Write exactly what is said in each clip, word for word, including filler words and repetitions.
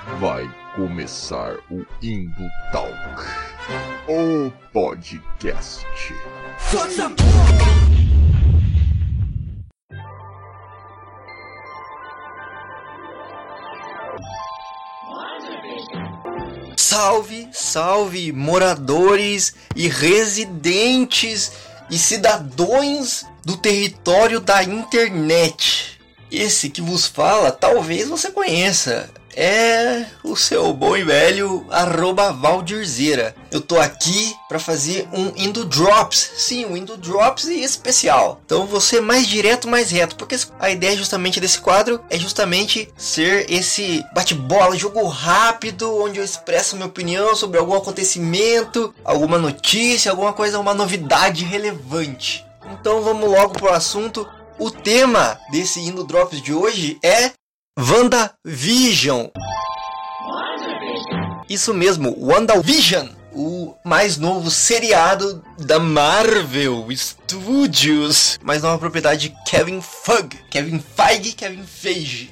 Vai começar o Indo Talk, o podcast. Salve, salve, moradores e residentes e cidadãos do território da internet. Esse que vos fala, talvez você conheça, é o seu bom e velho arroba Valdirzeira. Eu tô aqui para fazer um Indo Drops, sim, um Indo Drops especial. Então você mais direto, mais reto, porque a ideia justamente desse quadro é justamente ser esse bate-bola, jogo rápido, onde eu expresso minha opinião sobre algum acontecimento, alguma notícia, alguma coisa, uma novidade relevante. Então vamos logo pro assunto. O tema desse Indo Drops de hoje é WandaVision. Isso mesmo, WandaVision, o mais novo seriado da Marvel Studios, mais nova propriedade de Kevin Feige, Kevin Feige, Kevin Feige.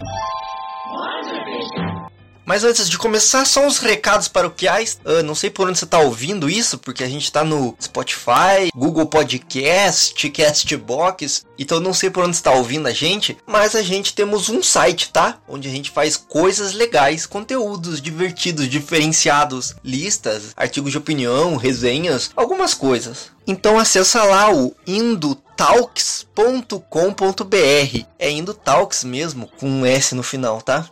Mas antes de começar, só uns recados paroquiais. Uh, não sei por onde você está ouvindo isso, porque a gente está no Spotify, Google Podcast, Castbox. Então não sei por onde você está ouvindo a gente, mas a gente temos um site, tá? Onde a gente faz coisas legais, conteúdos divertidos, diferenciados, listas, artigos de opinião, resenhas, algumas coisas. Então acessa lá o indotalks ponto com ponto br. É Indotalks mesmo, com um S no final, tá?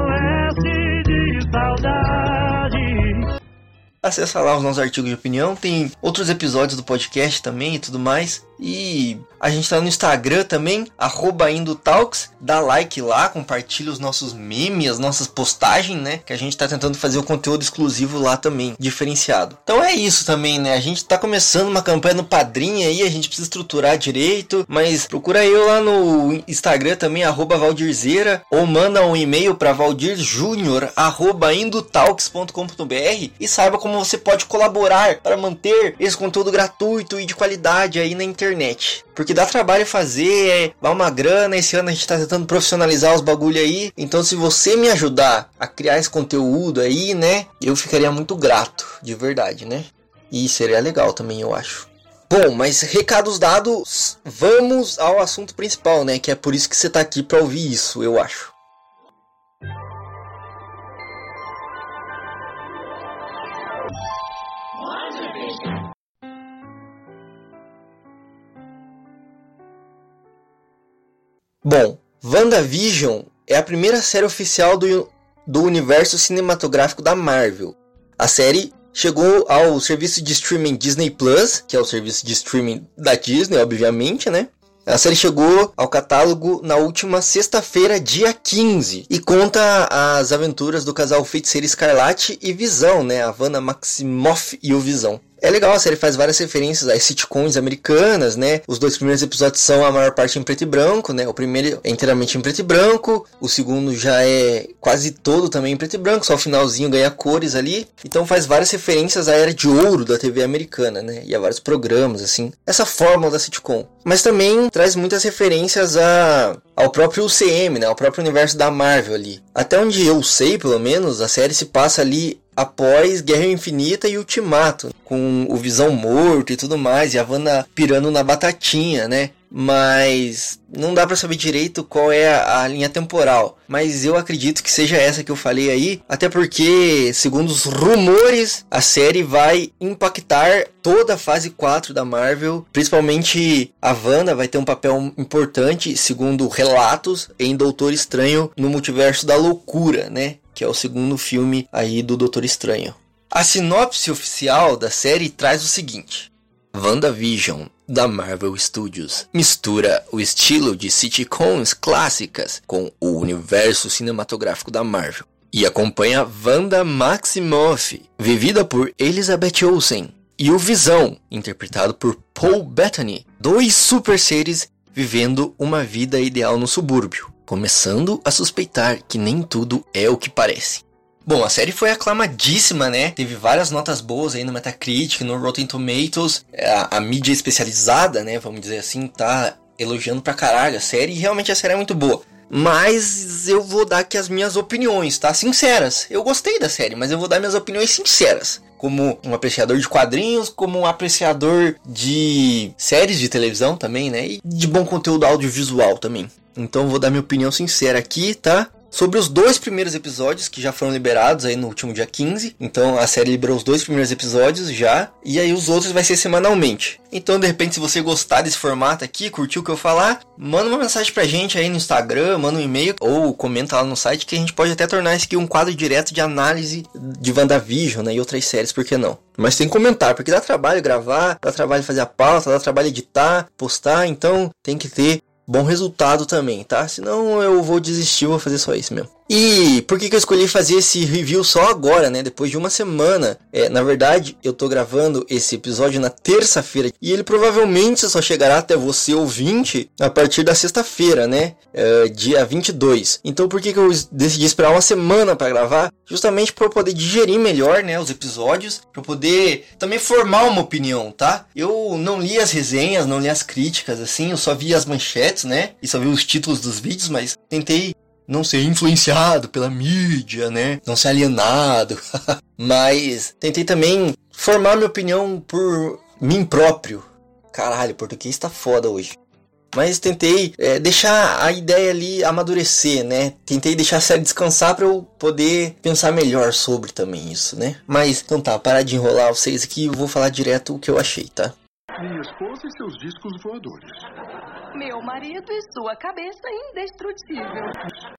Acessa lá os nossos artigos de opinião, tem outros episódios do podcast também e tudo mais. E a gente tá no Instagram também, arroba Indotalks, dá like lá, compartilha os nossos memes, as nossas postagens, né? Que a gente tá tentando fazer o conteúdo exclusivo lá também, diferenciado. Então é isso também, né? A gente tá começando uma campanha no Padrim aí, a gente precisa estruturar direito, mas procura eu lá no Instagram também, arroba Valdirzeira, ou manda um e-mail para valdirjunior, arroba indotalks ponto com ponto br e saiba como você pode colaborar para manter esse conteúdo gratuito e de qualidade aí na internet. Internet, porque dá trabalho fazer, dá uma grana. Esse ano a gente tá tentando profissionalizar os bagulho aí, então se você me ajudar a criar esse conteúdo aí, né, eu ficaria muito grato, de verdade, né, e seria legal também, eu acho. Bom, mas recados dados, vamos ao assunto principal, né, que é por isso que você tá aqui pra ouvir isso, eu acho. Bom, WandaVision é a primeira série oficial do, do universo cinematográfico da Marvel. A série chegou ao serviço de streaming Disney Plus, que é o serviço de streaming da Disney, obviamente, né? A série chegou ao catálogo na última sexta-feira, dia quinze, e conta as aventuras do casal Feiticeira Escarlate e Visão, né? A Wanda Maximoff e o Visão. É legal, a série faz várias referências às sitcoms americanas, né? Os dois primeiros episódios são a maior parte em preto e branco, né? O primeiro é inteiramente em preto e branco, o segundo já é quase todo também em preto e branco, só o finalzinho ganha cores ali. Então faz várias referências à era de ouro da T V americana, né? E a vários programas, assim. Essa fórmula da sitcom. Mas também traz muitas referências a... ao próprio U C M, né? Ao próprio universo da Marvel ali. Até onde eu sei, pelo menos, a série se passa ali após Guerra Infinita e Ultimato, com o Visão morto e tudo mais, e a Wanda pirando na batatinha, né? Mas não dá pra saber direito qual é a, a linha temporal. Mas eu acredito que seja essa que eu falei aí, até porque, segundo os rumores, a série vai impactar toda a fase quatro da Marvel. Principalmente a Wanda vai ter um papel importante, segundo relatos, em Doutor Estranho no Multiverso da Loucura, né? Que é o segundo filme aí do Doutor Estranho. A sinopse oficial da série traz o seguinte: WandaVision, da Marvel Studios, mistura o estilo de sitcoms clássicas com o universo cinematográfico da Marvel e acompanha Wanda Maximoff, vivida por Elizabeth Olsen, e o Visão, interpretado por Paul Bettany, dois super seres vivendo uma vida ideal no subúrbio, começando a suspeitar que nem tudo é o que parece. Bom, a série foi aclamadíssima, né? Teve várias notas boas aí no Metacritic, no Rotten Tomatoes. A, a mídia especializada, né? Vamos dizer assim, tá elogiando pra caralho a série. E realmente a série é muito boa. mas eu vou dar aqui as minhas opiniões, tá? Sinceras. Eu gostei da série, mas eu vou dar minhas opiniões sinceras. Como um apreciador de quadrinhos, como um apreciador de séries de televisão também, né? E de bom conteúdo audiovisual também. Então eu vou dar minha opinião sincera aqui, tá? Sobre os dois primeiros episódios que já foram liberados aí no último dia quinze. Então a série liberou os dois primeiros episódios já. E aí os outros vai ser semanalmente. Então de repente, se você gostar desse formato aqui, curtiu o que eu falar, manda uma mensagem pra gente aí no Instagram, manda um e-mail ou comenta lá no site, que a gente pode até tornar isso aqui um quadro direto de análise de WandaVision, né, e outras séries, por que não? Mas tem que comentar, porque dá trabalho gravar, dá trabalho fazer a pauta, dá trabalho editar, postar, então tem que ter bom resultado também, tá? Senão eu vou desistir, vou fazer só isso mesmo. E por que que eu escolhi fazer esse review só agora, né? Depois de uma semana. É, na verdade, eu tô gravando esse episódio na terça-feira. E ele provavelmente só chegará até você, ouvinte, a partir da sexta-feira, né? É, dia vinte e dois. Então por que que eu decidi esperar uma semana para gravar? Justamente para eu poder digerir melhor, né, os episódios. Para eu poder também formar uma opinião, tá? Eu não li as resenhas, não li as críticas, assim. Eu só vi as manchetes, né? E só vi os títulos dos vídeos, mas tentei não ser influenciado pela mídia, né? Não ser alienado. Mas tentei também formar minha opinião por mim próprio. Caralho, o português tá foda hoje. Mas tentei é, deixar a ideia ali amadurecer, né? Tentei deixar a série descansar pra eu poder pensar melhor sobre também isso, né? Mas, então tá, parar de enrolar vocês aqui, eu vou falar direto o que eu achei, tá? Minha esposa e seus discos voadores. Meu marido e sua cabeça indestrutível.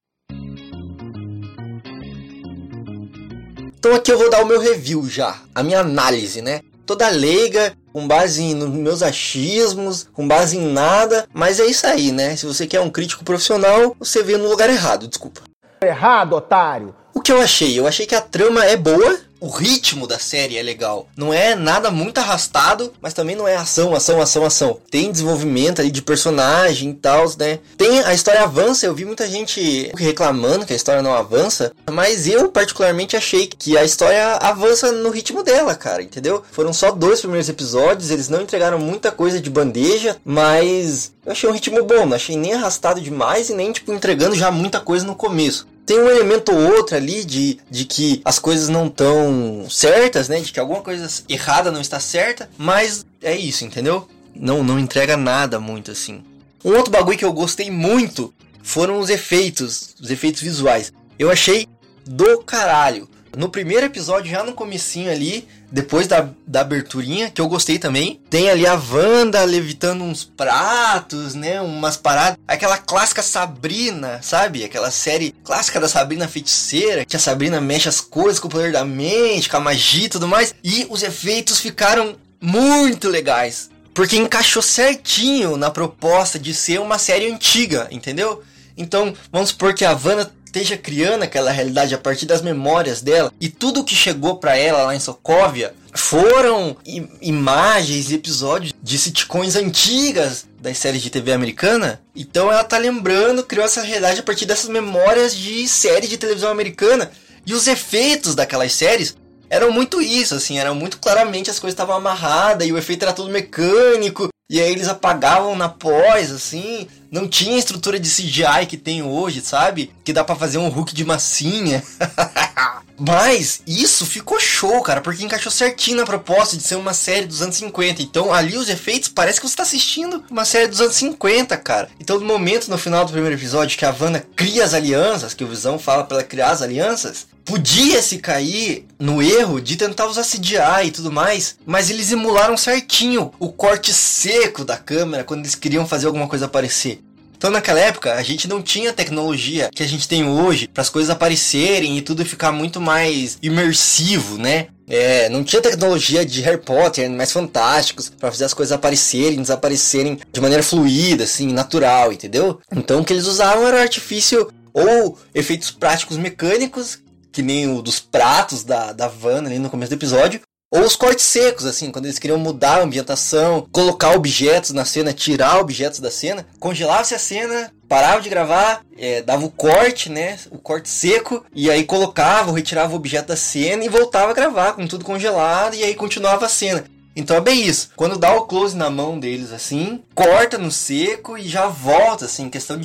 Então aqui eu vou dar o meu review já, a minha análise, né? Toda leiga, com base nos meus achismos, com base em nada, mas é isso aí, né? Se você quer um crítico profissional, você veio no lugar errado, desculpa. Errado, otário! O que eu achei? Eu achei que a trama é boa, o ritmo da série é legal. Não é nada muito arrastado, mas também não é ação, ação, ação, ação. Tem desenvolvimento ali de personagem e tal, né? Tem, a história avança, eu vi muita gente reclamando que a história não avança, mas eu particularmente achei que a história avança no ritmo dela, cara, entendeu? Foram só dois primeiros episódios, eles não entregaram muita coisa de bandeja, mas eu achei um ritmo bom, não achei nem arrastado demais e nem, tipo, entregando já muita coisa no começo. Tem um elemento ou outro ali de, de que as coisas não estão certas, né? De que alguma coisa errada não está certa, mas é isso, entendeu? Não, não entrega nada muito assim. Um outro bagulho que eu gostei muito foram os efeitos, os efeitos visuais. Eu achei do caralho. No primeiro episódio, já no comecinho ali, depois da, da aberturinha, que eu gostei também, tem ali a Wanda levitando uns pratos, né, umas paradas, aquela clássica Sabrina, sabe, aquela série clássica da Sabrina Feiticeira, que a Sabrina mexe as coisas com o poder da mente, com a magia e tudo mais, e os efeitos ficaram muito legais, porque encaixou certinho na proposta de ser uma série antiga, entendeu? Então, vamos supor que a Wanda esteja criando aquela realidade a partir das memórias dela, e tudo que chegou pra ela lá em Sokovia foram i- imagens e episódios de sitcoms antigas das séries de T V americana. Então ela tá lembrando, criou essa realidade a partir dessas memórias de séries de televisão americana, e os efeitos daquelas séries eram muito isso, assim, eram muito claramente as coisas estavam amarradas e o efeito era tudo mecânico. E aí eles apagavam na pós, assim. Não tinha a estrutura de C G I que tem hoje, sabe? Que dá pra fazer um Hulk de massinha. Mas isso ficou show, cara. Porque encaixou certinho na proposta de ser uma série dos anos cinquenta. Então ali os efeitos, parece que você tá assistindo uma série dos anos cinquenta, cara. Então no momento, no final do primeiro episódio, que a Wanda cria as alianças, que o Visão fala pra ela criar as alianças, podia se cair no erro de tentar usar C G I e tudo mais, mas eles emularam certinho o corte seco da câmera quando eles queriam fazer alguma coisa aparecer. Então naquela época a gente não tinha a tecnologia que a gente tem hoje para as coisas aparecerem e tudo ficar muito mais imersivo, né? É, não tinha tecnologia de Harry Potter, mais fantásticos, para fazer as coisas aparecerem, desaparecerem de maneira fluida, assim, natural, entendeu? Então o que eles usavam era artifício ou efeitos práticos mecânicos, que nem o dos pratos da, da Wanda ali no começo do episódio, ou os cortes secos, assim, quando eles queriam mudar a ambientação, colocar objetos na cena, tirar objetos da cena, congelava-se a cena, parava de gravar, é, dava o corte, né, o corte seco, e aí colocava ou retirava o objeto da cena e voltava a gravar com tudo congelado, e aí continuava a cena. Então é bem isso, quando dá o close na mão deles assim, corta no seco e já volta, assim, questão de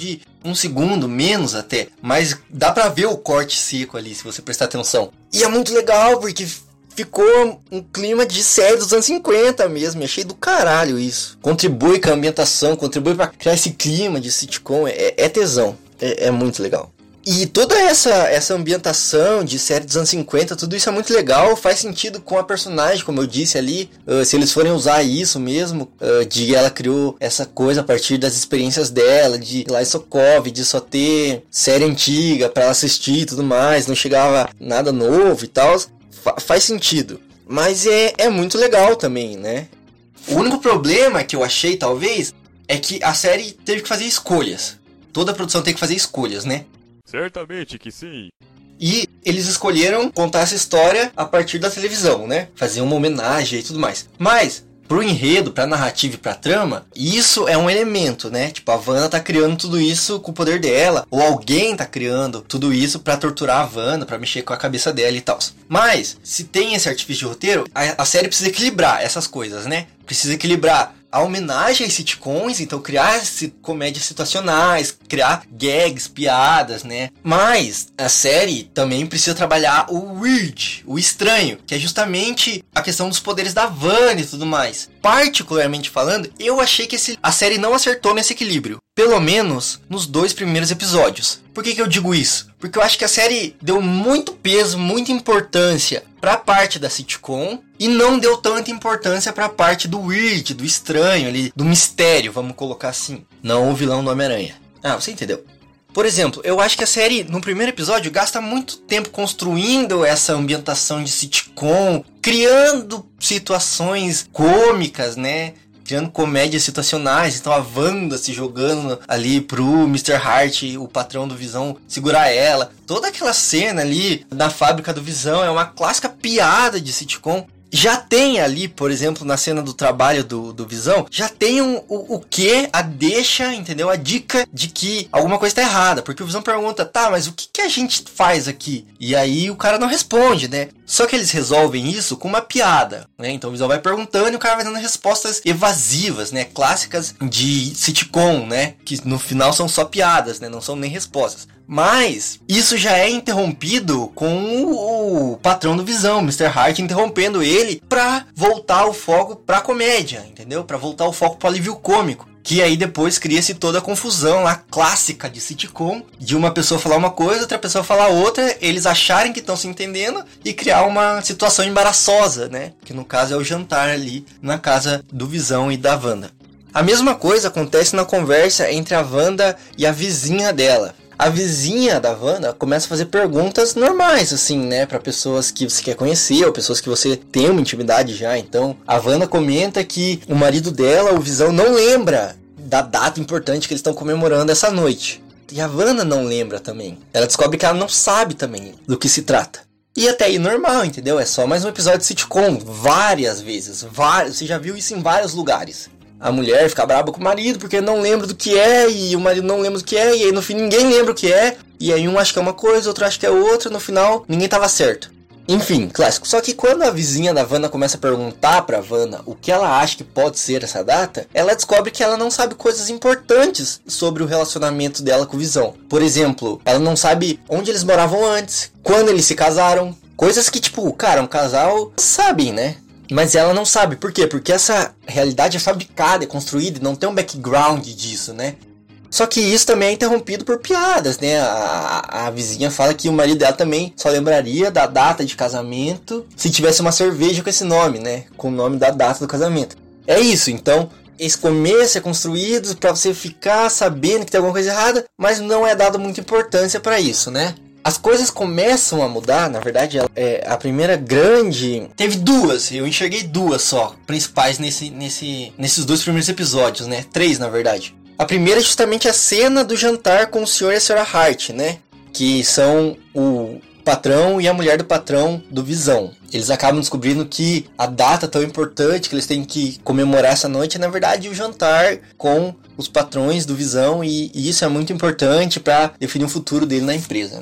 um segundo, menos até. Mas dá pra ver o corte seco ali, se você prestar atenção. E é muito legal, porque ficou um clima de série dos anos cinquenta mesmo. Achei do caralho isso. Contribui com a ambientação, contribui pra criar esse clima de sitcom. É, é tesão. É, é muito legal. E toda essa, essa ambientação de série dos anos cinquenta, tudo isso é muito legal, faz sentido com a personagem, como eu disse ali, uh, se eles forem usar isso mesmo, uh, de ela criou essa coisa a partir das experiências dela, de ir lá em Sokov, de só ter série antiga pra ela assistir e tudo mais, não chegava nada novo e tal, fa- faz sentido. Mas é, é muito legal também, né? O único problema que eu achei, talvez, é que a série teve que fazer escolhas. Toda a produção tem que fazer escolhas, né? Certamente que sim. E eles escolheram contar essa história a partir da televisão, né? Fazer uma homenagem e tudo mais. Mas, pro enredo, pra narrativa e pra trama, isso é um elemento, né? Tipo, a Wanda tá criando tudo isso com o poder dela. Ou alguém tá criando tudo isso pra torturar a Wanda, pra mexer com a cabeça dela e tal. Mas, se tem esse artifício de roteiro, a, a série precisa equilibrar essas coisas, né? Precisa equilibrar a homenagem às sitcoms, então criar comédias situacionais, criar gags, piadas, né? Mas a série também precisa trabalhar o weird, o estranho, que é justamente a questão dos poderes da Wanda e tudo mais. Particularmente falando, eu achei que esse, a série não acertou nesse equilíbrio. Pelo menos nos dois primeiros episódios. Por que que eu digo isso? Porque eu acho que a série deu muito peso, muita importância pra parte da sitcom e não deu tanta importância pra parte do weird, do estranho ali, do mistério, vamos colocar assim. Não o vilão do Homem-Aranha. Ah, você entendeu. Por exemplo, eu acho que a série, no primeiro episódio, gasta muito tempo construindo essa ambientação de sitcom, criando situações cômicas, né? Criando comédias situacionais, então a Wanda se jogando ali pro mister Hart, o patrão do Visão, segurar ela. Toda aquela cena ali na fábrica do Visão é uma clássica piada de sitcom. Já tem ali, por exemplo, na cena do trabalho do, do Visão, já tem um, o, o que, a deixa, entendeu? A dica de que alguma coisa tá errada. Porque o Visão pergunta, tá, mas o que, que a gente faz aqui? E aí o cara não responde, né? Só que eles resolvem isso com uma piada, né? Então o Visão vai perguntando e o cara vai dando respostas evasivas, né? Clássicas de sitcom, né? Que no final são só piadas, né? Não são nem respostas. Mas isso já é interrompido com o, o patrão do Visão, mister Hart, interrompendo ele pra voltar o foco pra comédia, entendeu? Pra voltar o foco pro alívio cômico. Que aí depois cria-se toda a confusão lá, clássica de sitcom, de uma pessoa falar uma coisa, outra pessoa falar outra, eles acharem que estão se entendendo e criar uma situação embaraçosa, né? Que no caso é o jantar ali na casa do Visão e da Wanda. A mesma coisa acontece na conversa entre a Wanda e a vizinha dela. A vizinha da Wanda começa a fazer perguntas normais, assim, né? Pra pessoas que você quer conhecer, ou pessoas que você tem uma intimidade já. Então, a Wanda comenta que o marido dela, o Visão, não lembra da data importante que eles estão comemorando essa noite. E a Wanda não lembra também. Ela descobre que ela não sabe também do que se trata. E até aí normal, entendeu? É só mais um episódio de sitcom. Várias vezes. Vários. Você já viu isso em vários lugares. A mulher fica braba com o marido porque não lembra do que é, e o marido não lembra do que é, e aí no fim ninguém lembra o que é, e aí um acha que é uma coisa, outro acha que é outra, no final ninguém tava certo. Enfim, clássico. Só que quando a vizinha da Wanda começa a perguntar pra Wanda o que ela acha que pode ser essa data, ela descobre que ela não sabe coisas importantes sobre o relacionamento dela com o Visão. Por exemplo, ela não sabe onde eles moravam antes, quando eles se casaram, coisas que tipo, cara, um casal sabem, né? Mas ela não sabe. Por quê? Porque essa realidade é fabricada, é construída e não tem um background disso, né? Só que isso também é interrompido por piadas, né? A, a, a vizinha fala que o marido dela também só lembraria da data de casamento se tivesse uma cerveja com esse nome, né? Com o nome da data do casamento. É isso, então... Esse começo é construído pra você ficar sabendo que tem alguma coisa errada, mas não é dado muita importância pra isso, né? As coisas começam a mudar, na verdade, é, a primeira grande... Teve duas, eu enxerguei duas só, principais nesse, nesse, nesses dois primeiros episódios, né? Três, na verdade. A primeira é justamente a cena do jantar com o senhor e a senhora Hart, né? Que são o patrão e a mulher do patrão do Visão. Eles acabam descobrindo que a data tão importante que eles têm que comemorar essa noite é, na verdade, o jantar com os patrões do Visão, e, e isso é muito importante para definir o futuro dele na empresa, né?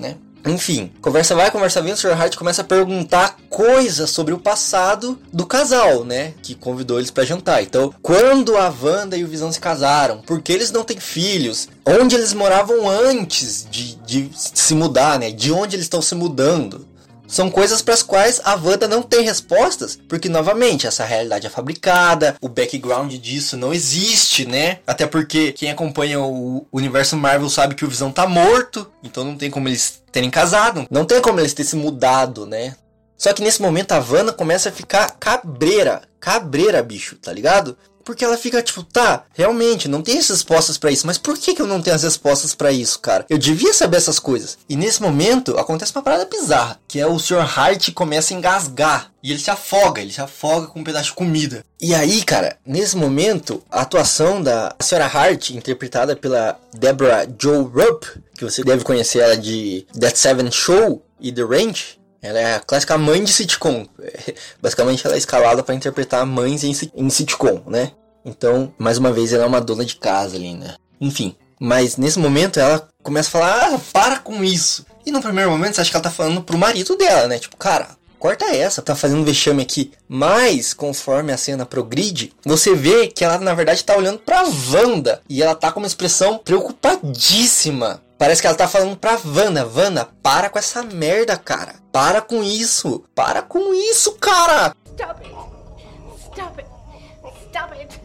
Enfim, conversa vai, conversa vem, o senhor Hart começa a perguntar coisas sobre o passado do casal, né? Que convidou eles pra jantar. Então, quando a Wanda e o Visão se casaram? Por que eles não têm filhos? Onde eles moravam antes de, de se mudar, né? De onde eles estão se mudando? São coisas para as quais a Wanda não tem respostas, porque, novamente, essa realidade é fabricada, o background disso não existe, né? Até porque quem acompanha o universo Marvel sabe que o Visão tá morto, então não tem como eles terem casado, não tem como eles terem se mudado, né? Só que nesse momento a Wanda começa a ficar cabreira, cabreira, bicho, tá ligado? Porque ela fica tipo, tá, realmente, não tem as respostas pra isso. Mas por que que eu não tenho as respostas pra isso, cara? Eu devia saber essas coisas. E nesse momento, acontece uma parada bizarra. Que é o senhor Hart começa a engasgar. E ele se afoga, ele se afoga com um pedaço de comida. E aí, cara, nesse momento, a atuação da senhora Hart, interpretada pela Deborah Jo Rupp, que você deve conhecer ela de That Seven Show e The Ranch. Ela é a clássica mãe de sitcom. Basicamente ela é escalada para interpretar mães em, em sitcom, né? Então, mais uma vez, ela é uma dona de casa ali, né? Enfim, mas nesse momento ela começa a falar, ah, para com isso. E no primeiro momento você acha que ela tá falando pro marido dela, né? Tipo, cara, corta essa, tá fazendo vexame aqui. Mas, conforme a cena progride, você vê que ela na verdade tá olhando pra Wanda. E ela tá com uma expressão preocupadíssima. Parece que ela tá falando pra Wanda, Wanda, para com essa merda, cara. Para com isso. Para com isso, cara. Stop it. Stop it. Stop it.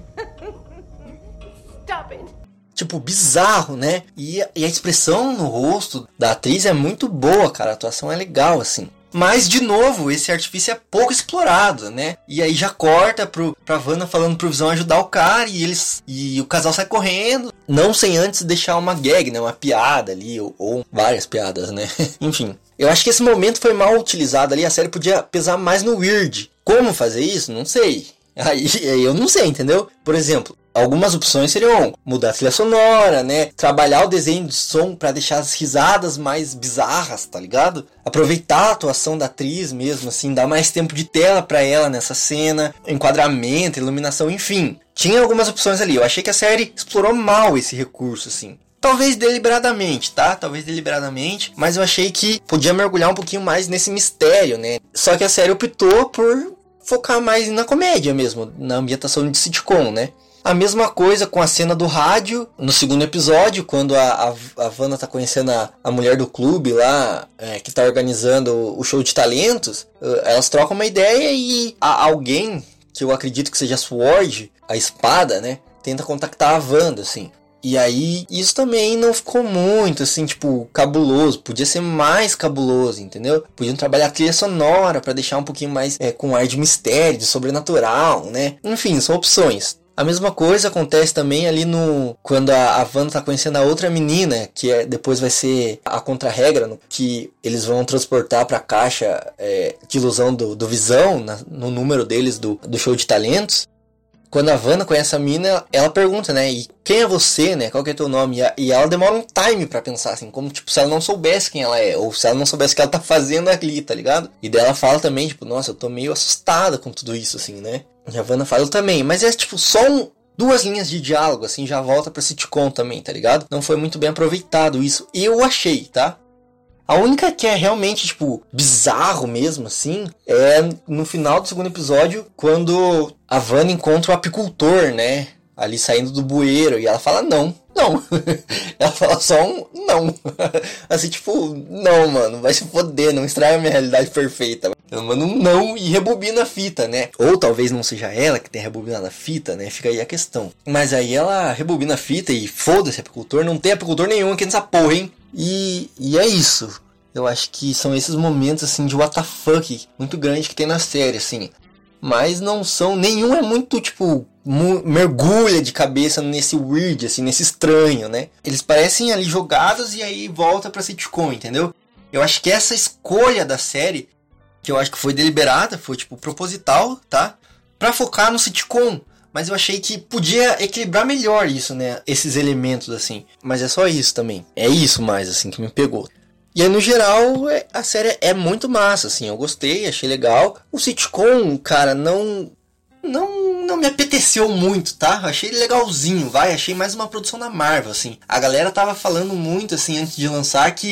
Stop it. Tipo, bizarro, né? E, e a expressão no rosto da atriz é muito boa, cara. A atuação é legal, assim. Mas, de novo, esse artifício é pouco explorado, né? E aí já corta pro, pra Wanda falando pro Visão ajudar o cara e eles e o casal sai correndo. Não sem antes deixar uma gag, né? Uma piada ali, ou, ou várias piadas, né? Enfim, eu acho que esse momento foi mal utilizado ali. A série podia pesar mais no weird. Como fazer isso? Não sei. Aí eu não sei, entendeu? Por exemplo, algumas opções seriam mudar a trilha sonora, né? Trabalhar o desenho de som pra deixar as risadas mais bizarras, tá ligado? Aproveitar a atuação da atriz mesmo, assim, dar mais tempo de tela pra ela nessa cena, enquadramento, iluminação, enfim. Tinha algumas opções ali. Eu achei que a série explorou mal esse recurso, assim. Talvez deliberadamente, tá? Talvez deliberadamente, mas eu achei que podia mergulhar um pouquinho mais nesse mistério, né? Só que a série optou por focar mais na comédia mesmo, na ambientação de sitcom, né? A mesma coisa com a cena do rádio, no segundo episódio, quando a, a, a Wanda tá conhecendo a, a mulher do clube lá, é, que tá organizando o, o show de talentos, elas trocam uma ideia e a, alguém, que eu acredito que seja a Sword, a espada, né, tenta contactar a Wanda, assim. E aí, isso também não ficou muito, assim, tipo, cabuloso. Podia ser mais cabuloso, entendeu? Podiam trabalhar a trilha sonora pra deixar um pouquinho mais é, com ar de mistério, de sobrenatural, né? Enfim, são opções. A mesma coisa acontece também ali no... Quando a, a Wanda tá conhecendo a outra menina, que é, depois vai ser a contra-regra, no, que eles vão transportar pra caixa é, de ilusão do, do Visão, na, no número deles do, do show de talentos. Quando a Wanda conhece a mina, ela pergunta, né? E quem é você, né? Qual que é teu nome? E ela demora um time pra pensar, assim, como tipo, se ela não soubesse quem ela é, ou se ela não soubesse o que ela tá fazendo ali, tá ligado? E daí ela fala também, tipo, nossa, eu tô meio assustada com tudo isso, assim, né? E a Wanda fala também, mas é tipo só um, duas linhas de diálogo, assim, já volta pra sitcom também, tá ligado? Não foi muito bem aproveitado isso, eu achei, tá? A única que é realmente, tipo, bizarro mesmo, assim, é no final do segundo episódio, quando a Wanda encontra o apicultor, né? Ali saindo do bueiro, e ela fala não, não. Ela fala só um não. Assim, tipo, não, mano, vai se foder, não estraga a minha realidade perfeita. Ela manda um não e rebobina a fita, né? Ou talvez não seja ela que tenha rebobinado a fita, né? Fica aí a questão. Mas aí ela rebobina a fita e foda-se apicultor, não tem apicultor nenhum aqui nessa porra, hein? E, e é isso. Eu acho que são esses momentos, assim, de what the fuck muito grande que tem na série, assim. Mas não são... Nenhum é muito, tipo... Mu- mergulha de cabeça nesse weird, assim, nesse estranho, né? Eles parecem ali jogados e aí volta pra sitcom, entendeu? Eu acho que essa escolha da série, que eu acho que foi deliberada, foi, tipo, proposital, tá? Pra focar no sitcom. Mas eu achei que podia equilibrar melhor isso, né? Esses elementos, assim. Mas é só isso também. É isso mais, assim, que me pegou. E aí, no geral, a série é muito massa, assim. Eu gostei, achei legal. O sitcom, cara, não... Não, não me apeteceu muito, tá? Achei legalzinho, vai. Achei mais uma produção da Marvel, assim. A galera tava falando muito, assim, antes de lançar, que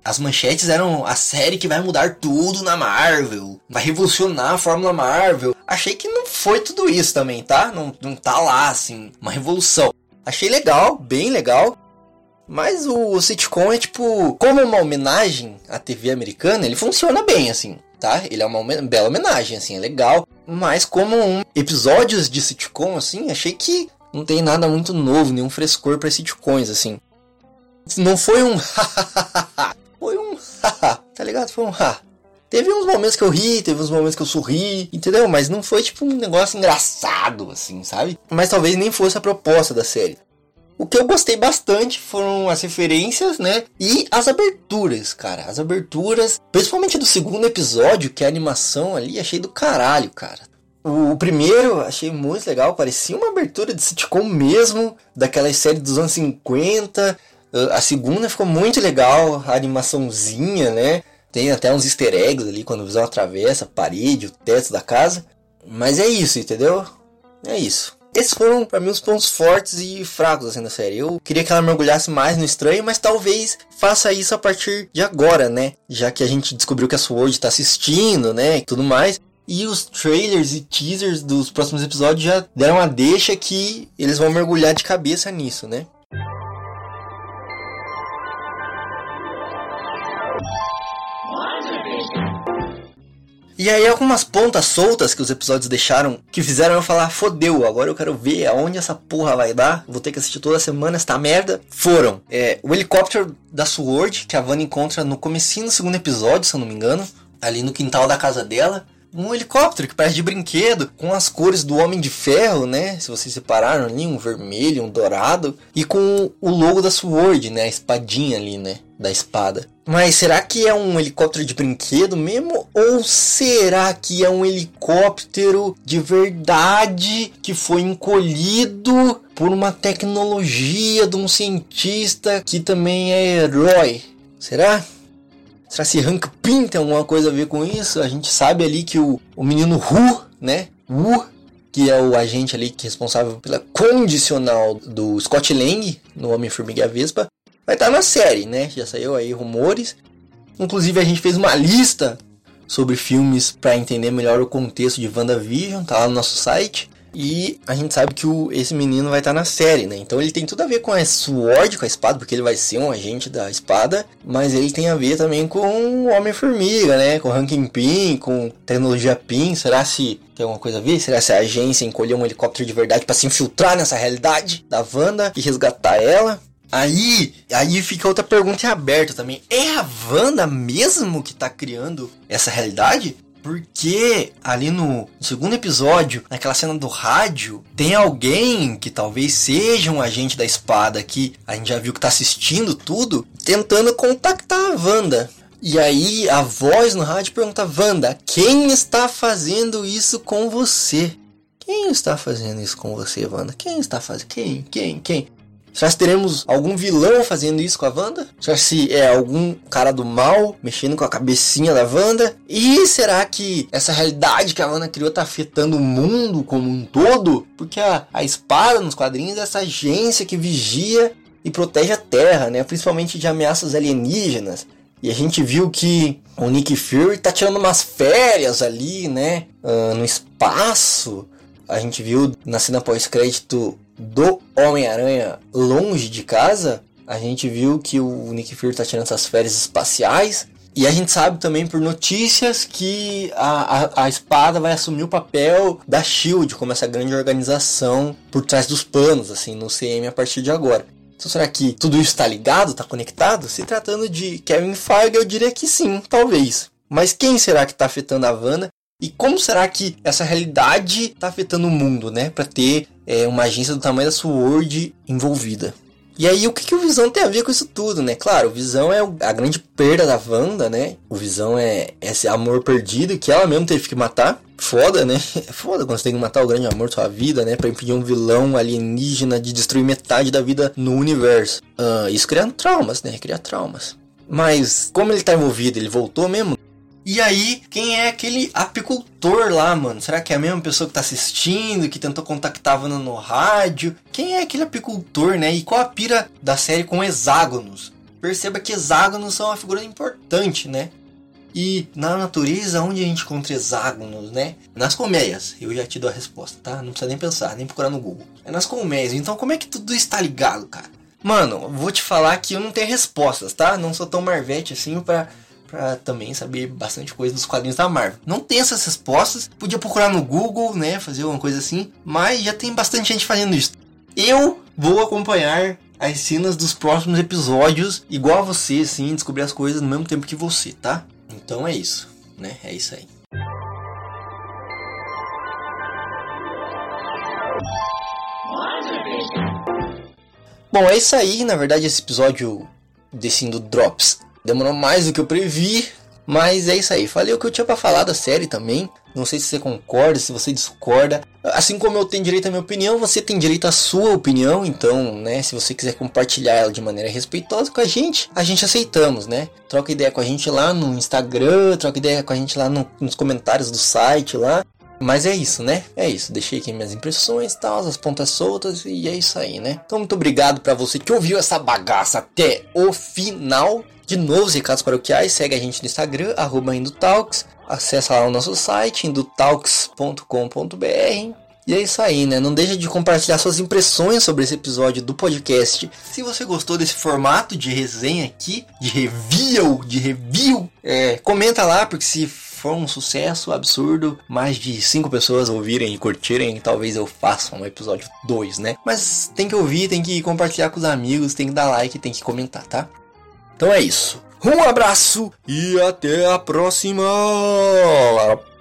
as manchetes eram a série que vai mudar tudo na Marvel, vai revolucionar a Fórmula Marvel. Achei que não foi tudo isso também, tá? Não, não tá lá, assim, uma revolução. Achei legal, bem legal. Mas o, o sitcom é tipo, como é uma homenagem à T V americana, ele funciona bem, assim, tá? Ele é uma homen- bela homenagem, assim, é legal. Mas como um, episódios de sitcom, assim, achei que não tem nada muito novo, nenhum frescor pra sitcoms, assim. Não foi um foi um tá ligado? Foi um ha. Teve uns momentos que eu ri, teve uns momentos que eu sorri, entendeu? Mas não foi tipo um negócio engraçado, assim, sabe? Mas talvez nem fosse a proposta da série. O que eu gostei bastante foram as referências, né? E as aberturas, cara. As aberturas, principalmente do segundo episódio, que é a animação ali, achei do caralho, cara. O, o primeiro, achei muito legal. Parecia uma abertura de sitcom mesmo, daquelas séries dos anos cinquenta. A segunda ficou muito legal, a animaçãozinha, né? Tem até uns easter eggs ali, quando o Visão atravessa a parede, o teto da casa. Mas é isso, entendeu? É isso. Esses foram, pra mim, os pontos fortes e fracos assim da série. Eu queria que ela mergulhasse mais no estranho, mas talvez faça isso a partir de agora, né? Já que a gente descobriu que a Sword tá assistindo, né? E tudo mais. E os trailers e teasers dos próximos episódios já deram a deixa que eles vão mergulhar de cabeça nisso, né? E aí algumas pontas soltas que os episódios deixaram, que fizeram eu falar, fodeu, agora eu quero ver aonde essa porra vai dar, vou ter que assistir toda semana esta merda, foram é, o helicóptero da Sword, que a Wanda encontra no comecinho do segundo episódio, se eu não me engano, ali no quintal da casa dela. Um helicóptero que parece de brinquedo, com as cores do Homem de Ferro, né? Se vocês separaram ali, um vermelho, um dourado. E com o logo da Sword, né? A espadinha ali, né? Da espada. Mas será que é um helicóptero de brinquedo mesmo? Ou será que é um helicóptero de verdade que foi encolhido por uma tecnologia de um cientista que também é herói? Será? Será que Hank Pym tem alguma coisa a ver com isso? A gente sabe ali que o, o menino Hu, né? Wu, que é o agente ali que é responsável pela condicional do Scott Lang, no Homem-Formiga e a Vespa, vai estar na série, né? Já saiu aí rumores. Inclusive a gente fez uma lista sobre filmes para entender melhor o contexto de WandaVision, tá lá no nosso site. E a gente sabe que o, esse menino vai estar na série, né? Então ele tem tudo a ver com a Sword, com a espada, porque ele vai ser um agente da espada. Mas ele tem a ver também com o Homem-Formiga, né? Com o Hank Pym, com tecnologia Pym. Será se tem alguma coisa a ver? Será se a agência encolheu um helicóptero de verdade para se infiltrar nessa realidade da Wanda e resgatar ela? Aí, aí fica outra pergunta em aberto também. É a Wanda mesmo que tá criando essa realidade? Porque ali no segundo episódio, naquela cena do rádio, tem alguém que talvez seja um agente da espada que a gente já viu que tá assistindo tudo, tentando contactar a Wanda. E aí a voz no rádio pergunta: Wanda, quem está fazendo isso com você? Quem está fazendo isso com você, Wanda? Quem está fazendo? Quem? Quem? Quem? Será que teremos algum vilão fazendo isso com a Wanda? Será que é algum cara do mal mexendo com a cabecinha da Wanda? E será que essa realidade que a Wanda criou está afetando o mundo como um todo? Porque a, a espada nos quadrinhos é essa agência que vigia e protege a Terra, né? Principalmente de ameaças alienígenas. E a gente viu que o Nick Fury tá tirando umas férias ali, né? Uh, no espaço. A gente viu na cena pós-crédito do Homem-Aranha longe de casa, a gente viu que o Nick Fury tá tirando essas férias espaciais. E a gente sabe também por notícias que a, a, a espada vai assumir o papel da SHIELD como essa grande organização por trás dos panos, assim, no C M a partir de agora. Então será que tudo isso está ligado, está conectado? Se tratando de Kevin Feige, eu diria que sim, talvez. Mas quem será que está afetando a Wanda? E como será que essa realidade está afetando o mundo, né? Para ter é, uma agência do tamanho da Sword envolvida. E aí o que, que o Visão tem a ver com isso tudo, né? Claro, o Visão é a grande perda da Wanda, né? O Visão é esse amor perdido que ela mesmo teve que matar. Foda, né? É foda quando você tem que matar o grande amor da sua vida, né? Pra impedir um vilão alienígena de destruir metade da vida no universo. Uh, isso cria traumas, né? Cria traumas. Mas como ele tá envolvido, ele voltou mesmo? E aí, quem é aquele apicultor lá, mano? Será que é a mesma pessoa que tá assistindo, que tentou contactar a Wanda no rádio? Quem é aquele apicultor, né? E qual a pira da série com hexágonos? perceba que hexágonos são uma figura importante, né? E na natureza, onde a gente encontra hexágonos, né? Nas colmeias. Eu já te dou a resposta, tá? Não precisa nem pensar, nem procurar no Google. É nas colmeias. Então como é que tudo está ligado, cara? Mano, vou te falar que eu não tenho respostas, tá? Não sou tão Marvete assim pra, pra também saber bastante coisa dos quadrinhos da Marvel. Não tenho essas respostas. Podia procurar no Google, né? Fazer uma coisa assim. Mas já tem bastante gente fazendo isso. Eu vou acompanhar as cenas dos próximos episódios, igual a você, assim, descobrir as coisas no mesmo tempo que você, tá? Então é isso, né? É isso aí. Bom, é isso aí. Na verdade, esse episódio desse Indo Drops demorou mais do que eu previ, mas é isso aí. Falei o que eu tinha pra falar da série também. Não sei se você concorda, se você discorda. Assim como eu tenho direito à minha opinião, você tem direito à sua opinião. Então, né, se você quiser compartilhar ela de maneira respeitosa com a gente, a gente aceitamos, né? Troca ideia com a gente lá no Instagram, troca ideia com a gente lá no, nos comentários do site lá. Mas é isso, né? É isso. Deixei aqui minhas impressões e tal, as pontas soltas, e é isso aí, né? Então, muito obrigado pra você que ouviu essa bagaça até o final. De novo, os recados paroquiais, segue a gente no Instagram, arroba Indotalks. Acesse lá o nosso site, indotalks ponto com ponto b r. E é isso aí, né? Não deixa de compartilhar suas impressões sobre esse episódio do podcast. Se você gostou desse formato de resenha aqui, de review, de review, é, comenta lá, porque se for um sucesso absurdo, mais de cinco pessoas ouvirem e curtirem, talvez eu faça um episódio dois, né? Mas tem que ouvir, tem que compartilhar com os amigos, tem que dar like, tem que comentar, tá? Então é isso. Um abraço e até a próxima!